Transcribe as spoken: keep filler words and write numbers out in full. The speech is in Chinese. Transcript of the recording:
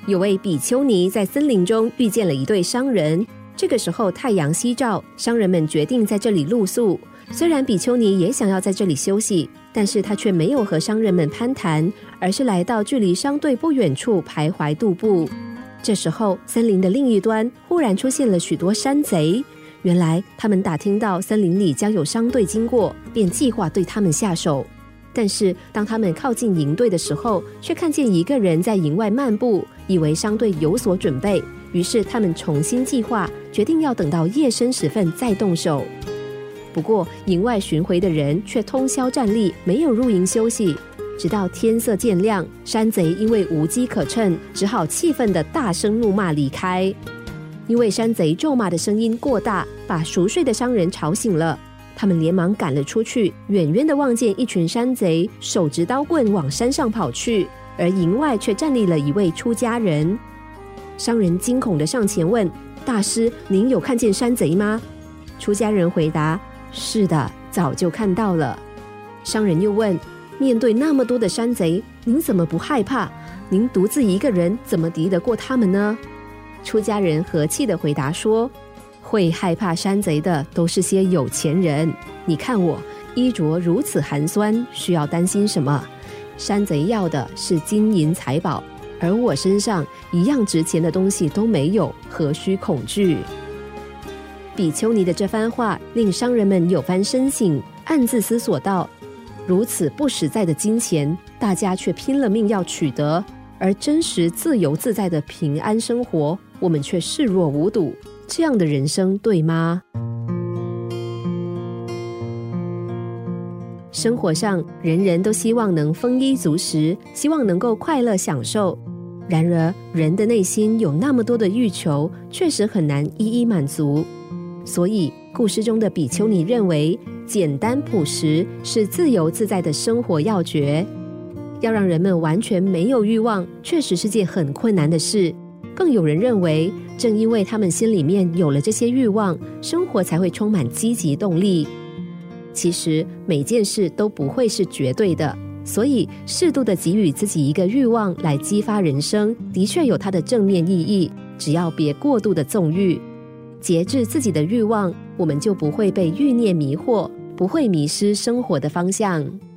有位比丘尼在森林中遇见了一对商人，这个时候太阳西照，商人们决定在这里露宿。虽然比丘尼也想要在这里休息，但是他却没有和商人们攀谈，而是来到距离商队不远处徘徊踱步。这时候森林的另一端忽然出现了许多山贼，原来他们打听到森林里将有商队经过，便计划对他们下手。但是当他们靠近营队的时候，却看见一个人在营外漫步，以为商队有所准备，于是他们重新计划，决定要等到夜深时分再动手。不过营外巡回的人却通宵站立，没有入营休息，直到天色渐亮，山贼因为无机可乘，只好气愤地大声怒骂离开。因为山贼咒骂的声音过大，把熟睡的商人吵醒了，他们连忙赶了出去，远远地望见一群山贼手执刀棍往山上跑去，而营外却站立了一位出家人。商人惊恐地上前问：大师，您有看见山贼吗？出家人回答：是的，早就看到了。商人又问：面对那么多的山贼，您怎么不害怕？您独自一个人怎么敌得过他们呢？出家人和气地回答说：会害怕山贼的都是些有钱人，你看我衣着如此寒酸，需要担心什么？山贼要的是金银财宝，而我身上一样值钱的东西都没有，何须恐惧？比丘尼的这番话令商人们有番深省，暗自思索道：如此不实在的金钱，大家却拼了命要取得，而真实自由自在的平安生活，我们却视若无睹，这样的人生对吗？生活上人人都希望能丰衣足食，希望能够快乐享受，然而人的内心有那么多的欲求，确实很难一一满足。所以故事中的比丘尼认为，简单朴实是自由自在的生活要诀。要让人们完全没有欲望，确实是件很困难的事。更有人认为，正因为他们心里面有了这些欲望，生活才会充满积极动力。其实每件事都不会是绝对的，所以适度的给予自己一个欲望来激发人生，的确有它的正面意义，只要别过度的纵欲。节制自己的欲望，我们就不会被欲念迷惑，不会迷失生活的方向。